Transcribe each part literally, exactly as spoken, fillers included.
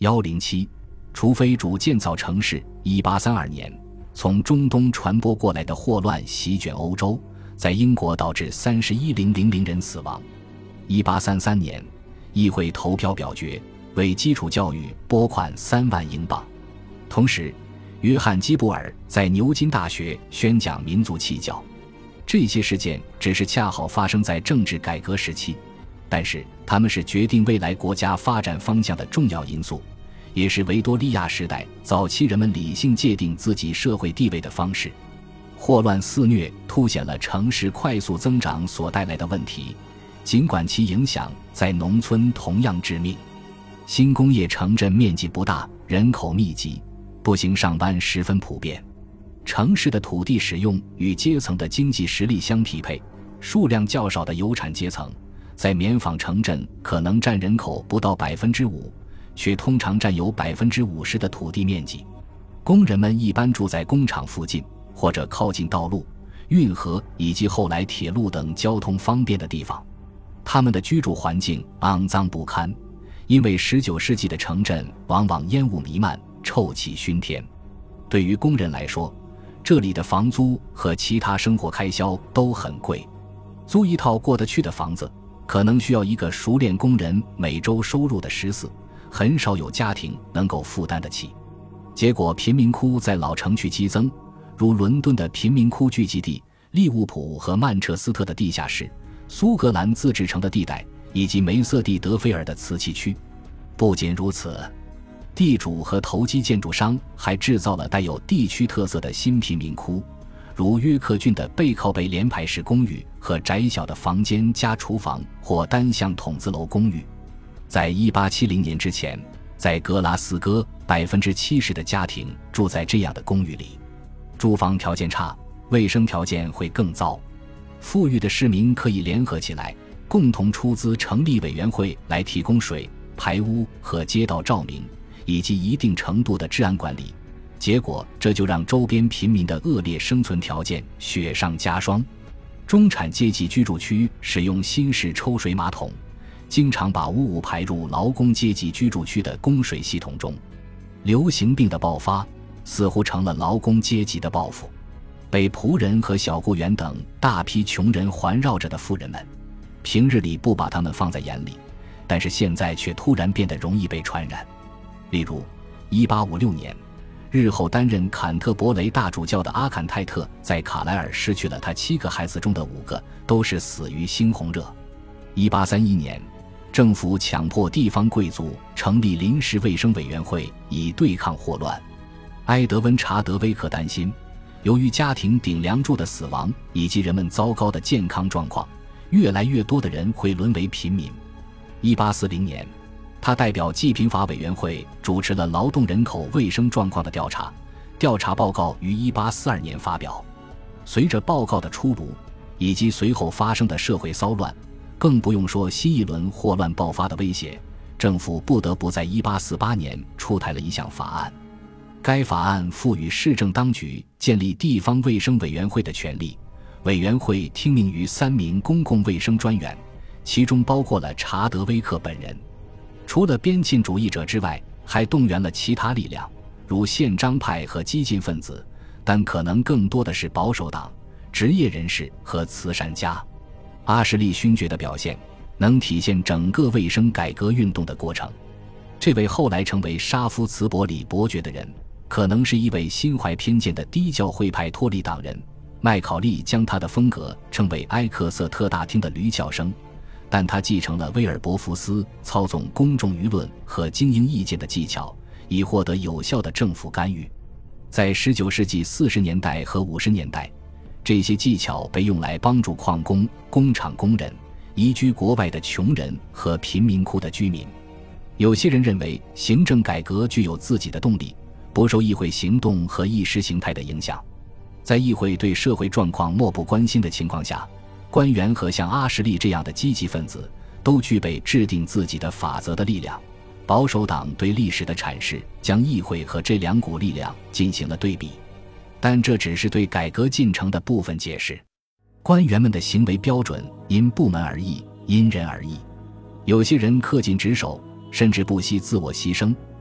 一零七除非主建造城市。一八三二年从中东传播过来的霍乱席卷欧洲，在英国导致三十一万人死亡。一八三三年议会投票表决为基础教育拨款三万英镑。同时约翰基布尔在牛津大学宣讲民族弃教。这些事件只是恰好发生在政治改革时期，但是它们是决定未来国家发展方向的重要因素，也是维多利亚时代早期人们理性界定自己社会地位的方式。霍乱肆虐凸显了城市快速增长所带来的问题，尽管其影响在农村同样致命。新工业城镇面积不大，人口密集，步行上班十分普遍。城市的土地使用与阶层的经济实力相匹配，数量较少的有产阶层在棉纺城镇可能占人口不到 百分之五， 却通常占有 百分之五十 的土地面积。工人们一般住在工厂附近，或者靠近道路、运河以及后来铁路等交通方便的地方。他们的居住环境肮脏不堪，因为十九世纪的城镇往往烟雾弥漫，臭气熏天。对于工人来说，这里的房租和其他生活开销都很贵。租一套过得去的房子，可能需要一个熟练工人每周收入的十四，很少有家庭能够负担得起。结果贫民窟在老城区激增，如伦敦的贫民窟聚集地、利物浦和曼彻斯特的地下室、苏格兰自治城的地带，以及梅瑟蒂德菲尔的瓷器区。不仅如此，地主和投机建筑商还制造了带有地区特色的新贫民窟，如约克郡的背靠背联排式公寓和窄小的房间加厨房或单向筒子楼公寓。在一八七零年之前，在格拉斯哥 百分之七十 的家庭住在这样的公寓里。住房条件差，卫生条件会更糟。富裕的市民可以联合起来，共同出资成立委员会来提供水、排污和街道照明，以及一定程度的治安管理。结果这就让周边贫民的恶劣生存条件雪上加霜。中产阶级居住区使用新式抽水马桶，经常把污物排入劳工阶级居住区的供水系统中。流行病的爆发似乎成了劳工阶级的报复。被仆人和小雇员等大批穷人环绕着的富人们，平日里不把他们放在眼里，但是现在却突然变得容易被传染。例如一八五六年，日后担任坎特伯雷大主教的阿坎泰特在卡莱尔失去了他七个孩子中的五个，都是死于猩红热。一八三一年，政府强迫地方贵族成立临时卫生委员会以对抗霍乱。埃德温·查德威克担心，由于家庭顶梁柱的死亡以及人们糟糕的健康状况，越来越多的人会沦为贫民。一八四零年，他代表济贫法委员会主持了劳动人口卫生状况的调查，调查报告于一八四二年发表。随着报告的出炉，以及随后发生的社会骚乱，更不用说新一轮霍乱爆发的威胁，政府不得不在一八四八年出台了一项法案。该法案赋予市政当局建立地方卫生委员会的权利，委员会听命于三名公共卫生专员，其中包括了查德威克本人。除了边沁主义者之外，还动员了其他力量，如宪章派和激进分子，但可能更多的是保守党、职业人士和慈善家。阿什利勋爵的表现能体现整个卫生改革运动的过程。这位后来成为沙夫茨伯里伯爵的人，可能是一位心怀偏见的低教会派托利党人。麦考利将他的风格称为埃克瑟特大厅的驴叫声，但他继承了威尔伯福斯操纵公众舆论和精英意见的技巧，以获得有效的政府干预。在十九世纪四十年代和五十年代，这些技巧被用来帮助矿工、工厂工人、移居国外的穷人和贫民窟的居民。有些人认为行政改革具有自己的动力，不受议会行动和意识形态的影响。在议会对社会状况漠不关心的情况下，官员和像阿什利这样的积极分子都具备制定自己的法则的力量。保守党对历史的阐释将议会和这两股力量进行了对比，但这只是对改革进程的部分解释。官员们的行为标准因部门而异，因人而异。有些人恪尽职守，甚至不惜自我牺牲，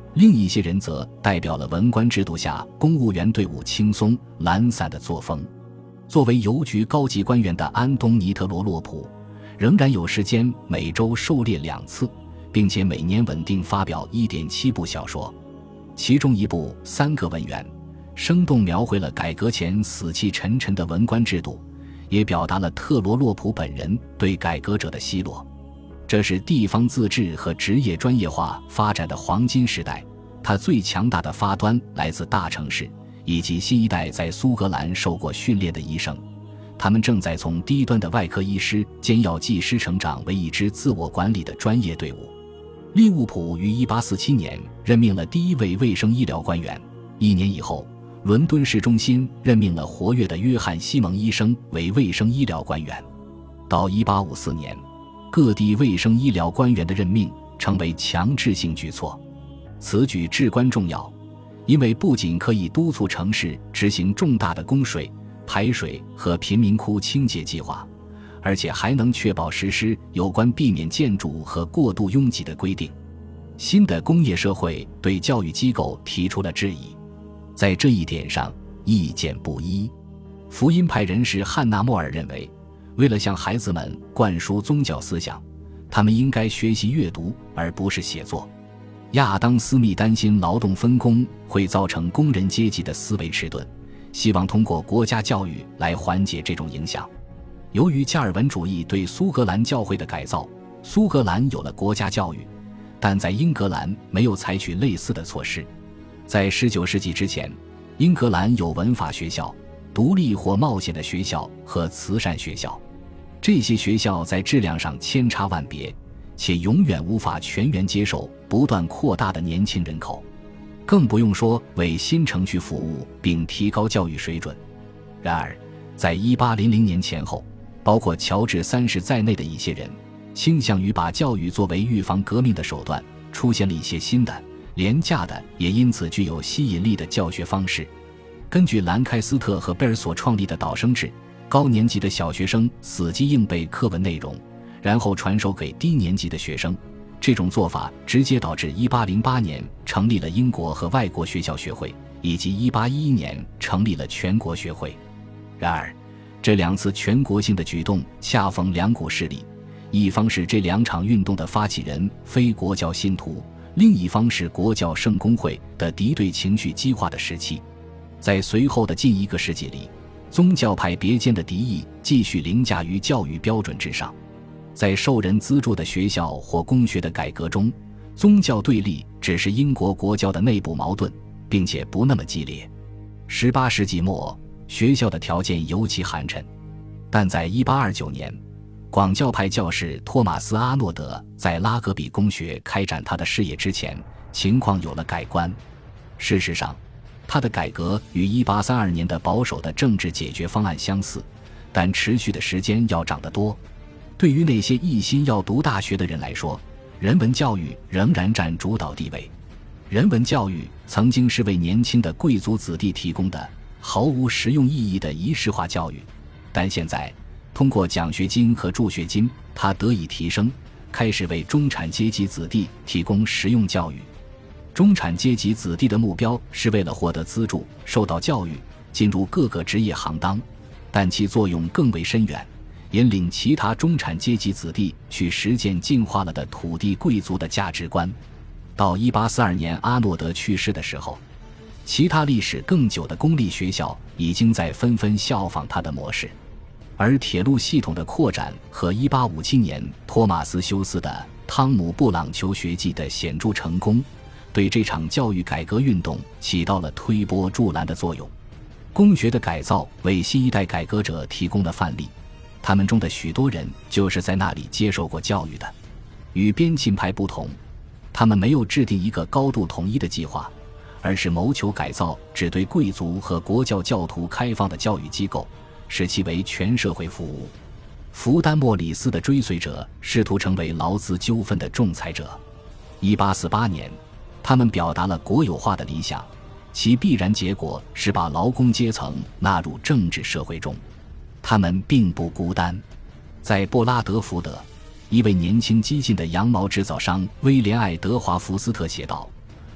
另一些人则代表了文官制度下公务员队伍轻松懒散的作风。作为邮局高级官员的安东尼特罗洛普仍然有时间每周狩猎两次，并且每年稳定发表 一点七 部小说，其中一部《三个文员》生动描绘了改革前死气沉沉的文官制度，也表达了特罗洛普本人对改革者的奚落。这是地方自治和职业专业化发展的黄金时代，它最强大的发端来自大城市以及新一代在苏格兰受过训练的医生，他们正在从低端的外科医师兼药剂师成长为一支自我管理的专业队伍。利物浦于一八四七年任命了第一位卫生医疗官员，一年以后，伦敦市中心任命了活跃的约翰·西蒙医生为卫生医疗官员。到一八五四年，各地卫生医疗官员的任命成为强制性举措。此举至关重要，因为不仅可以督促城市执行重大的供水、排水和贫民窟清洁计划，而且还能确保实施有关避免建筑和过度拥挤的规定。新的工业社会对教育机构提出了质疑，在这一点上意见不一。福音派人士汉纳莫尔认为，为了向孩子们灌输宗教思想，他们应该学习阅读而不是写作。亚当·斯密担心劳动分工会造成工人阶级的思维迟钝，希望通过国家教育来缓解这种影响。由于加尔文主义对苏格兰教会的改造，苏格兰有了国家教育，但在英格兰没有采取类似的措施。在十九世纪之前，英格兰有文法学校、独立或冒险的学校和慈善学校，这些学校在质量上千差万别，且永远无法全员接受不断扩大的年轻人口，更不用说为新城区服务并提高教育水准。然而，在一八零零年前后，包括乔治三世在内的一些人倾向于把教育作为预防革命的手段，出现了一些新的、廉价的，也因此具有吸引力的教学方式。根据兰开斯特和贝尔所创立的导生制，高年级的小学生死记硬背课文内容，然后传授给低年级的学生。这种做法直接导致一八零八年成立了英国和外国学校学会，以及一八一一年成立了全国学会。然而，这两次全国性的举动恰逢两股势力，一方是这两场运动的发起人非国教信徒，另一方是国教圣公会的敌对情绪激化的时期。在随后的近一个世纪里，宗教派别间的敌意继续凌驾于教育标准之上。在受人资助的学校或公学的改革中，宗教对立只是英国国教的内部矛盾，并且不那么激烈。十八世纪末，学校的条件尤其寒碜，但在一八二九年，广教派教士托马斯·阿诺德在拉格比公学开展他的事业之前，情况有了改观。事实上，他的改革与一八三二年的保守的政治解决方案相似，但持续的时间要长得多。对于那些一心要读大学的人来说，人文教育仍然占主导地位。人文教育曾经是为年轻的贵族子弟提供的毫无实用意义的仪式化教育，但现在通过奖学金和助学金，它得以提升，开始为中产阶级子弟提供实用教育。中产阶级子弟的目标是为了获得资助，受到教育，进入各个职业行当，但其作用更为深远，引领其他中产阶级子弟去实践进化了的土地贵族的价值观。到一八四二年阿诺德去世的时候，其他历史更久的公立学校已经在纷纷效仿他的模式。而铁路系统的扩展和一八五七年托马斯·休斯的汤姆·布朗求学记的显著成功，对这场教育改革运动起到了推波助澜的作用。公学的改造为新一代改革者提供了范例，他们中的许多人就是在那里接受过教育的。与边沁派不同，他们没有制定一个高度统一的计划，而是谋求改造只对贵族和国教教徒开放的教育机构，使其为全社会服务。福丹莫里斯的追随者试图成为劳资纠纷的仲裁者。一八四八年，他们表达了国有化的理想，其必然结果是把劳工阶层纳入政治社会中。他们并不孤单。在布拉德福德，一位年轻激进的羊毛制造商威廉·爱德华·福斯特写道，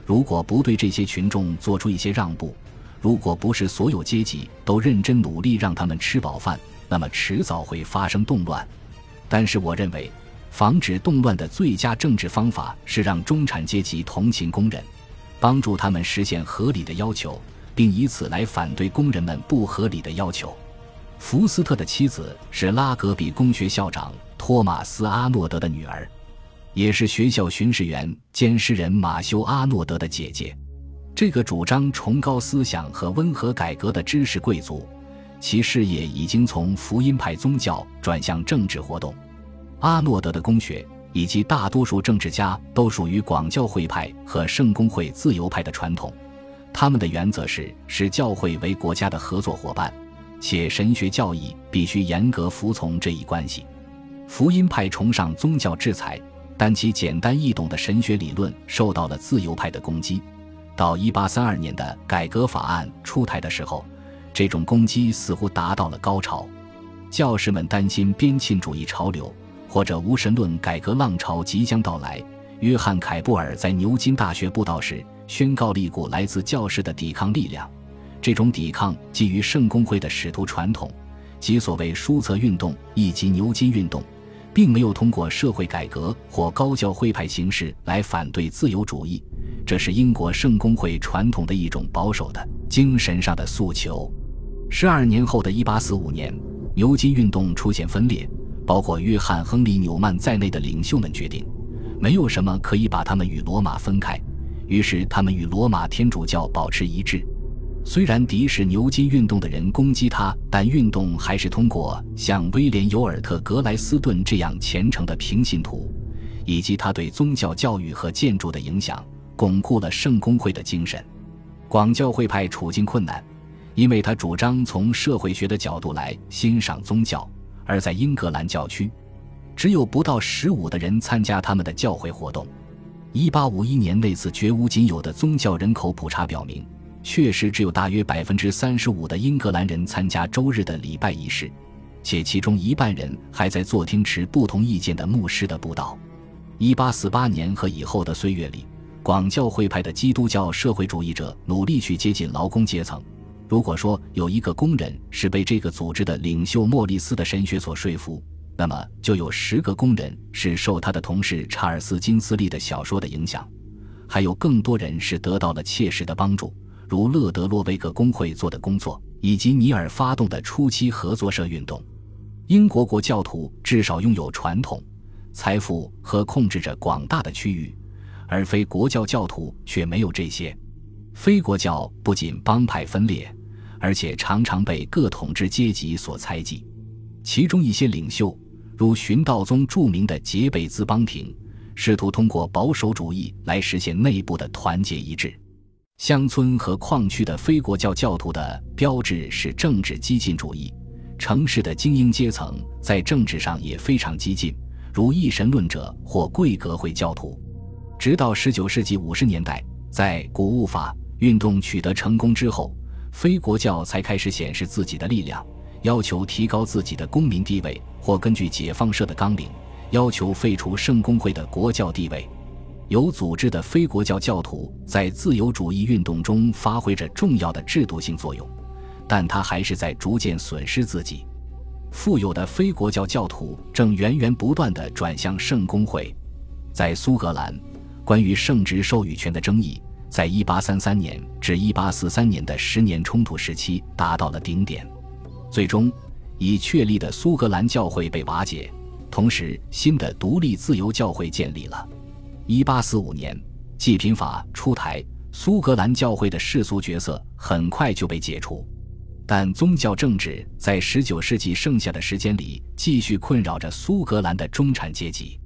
如果不对这些群众做出一些让步，如果不是所有阶级都认真努力让他们吃饱饭，那么迟早会发生动乱。但是我认为，防止动乱的最佳政治方法是让中产阶级同情工人，帮助他们实现合理的要求，并以此来反对工人们不合理的要求。福斯特的妻子是拉格比公学校长托马斯·阿诺德的女儿，也是学校巡视员兼诗人马修·阿诺德的姐姐。这个主张崇高思想和温和改革的知识贵族，其事业已经从福音派宗教转向政治活动。阿诺德的公学以及大多数政治家都属于广教会派和圣公会自由派的传统，他们的原则是视教会为国家的合作伙伴，且神学教义必须严格服从这一关系。福音派崇尚宗教制裁，但其简单易懂的神学理论受到了自由派的攻击。到一八三二年的改革法案出台的时候，这种攻击似乎达到了高潮。教士们担心边沁主义潮流或者无神论改革浪潮即将到来。约翰·凯布尔在牛津大学布道时宣告了一股来自教士的抵抗力量，这种抵抗基于圣公会的使徒传统，即所谓书册运动以及牛津运动，并没有通过社会改革或高教会派形式来反对自由主义，这是英国圣公会传统的一种保守的精神上的诉求。十二年后的一八四五年，牛津运动出现分裂，包括约翰·亨利·纽曼在内的领袖们决定，没有什么可以把他们与罗马分开，于是他们与罗马天主教保持一致。虽然敌视牛津运动的人攻击他，但运动还是通过像威廉·尤尔特·格莱斯顿这样虔诚的平信徒，以及他对宗教教育和建筑的影响，巩固了圣公会的精神。广教会派处境困难，因为他主张从社会学的角度来欣赏宗教，而在英格兰教区，只有不到十五的人参加他们的教会活动。一八五一年那次绝无仅有的宗教人口普查表明，确实只有大约 百分之三十五 的英格兰人参加周日的礼拜仪式，且其中一半人还在坐听持不同意见的牧师的布道。一八四八年和以后的岁月里，广教会派的基督教社会主义者努力去接近劳工阶层。如果说有一个工人是被这个组织的领袖莫里斯的神学所说服，那么就有十个工人是受他的同事查尔斯金斯利的小说的影响，还有更多人是得到了切实的帮助，如勒德洛维格工会做的工作，以及尼尔发动的初期合作社运动。英国国教徒至少拥有传统、财富和控制着广大的区域，而非国教教徒却没有这些。非国教不仅帮派分裂，而且常常被各统治阶级所猜忌。其中一些领袖，如寻道宗著名的杰贝兹邦廷，试图通过保守主义来实现内部的团结一致。乡村和矿区的非国教教徒的标志是政治激进主义，城市的精英阶层在政治上也非常激进，如一神论者或贵格会教徒。直到十九世纪五十年代，在谷物法运动取得成功之后，非国教才开始显示自己的力量，要求提高自己的公民地位，或根据解放社的纲领，要求废除圣公会的国教地位。有组织的非国教教徒在自由主义运动中发挥着重要的制度性作用，但他还是在逐渐损失自己。富有的非国教教徒正源源不断地转向圣公会。在苏格兰，关于圣职授予权的争议在一八三三年至一八四三年的十年冲突时期达到了顶点。最终，已确立的苏格兰教会被瓦解，同时新的独立自由教会建立了。一八四五年，济贫法出台，苏格兰教会的世俗角色很快就被解除。但宗教政治在十九世纪剩下的时间里继续困扰着苏格兰的中产阶级。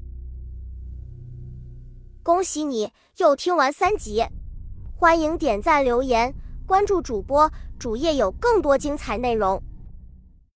恭喜你又听完三集，欢迎点赞留言，关注主播，主页有更多精彩内容。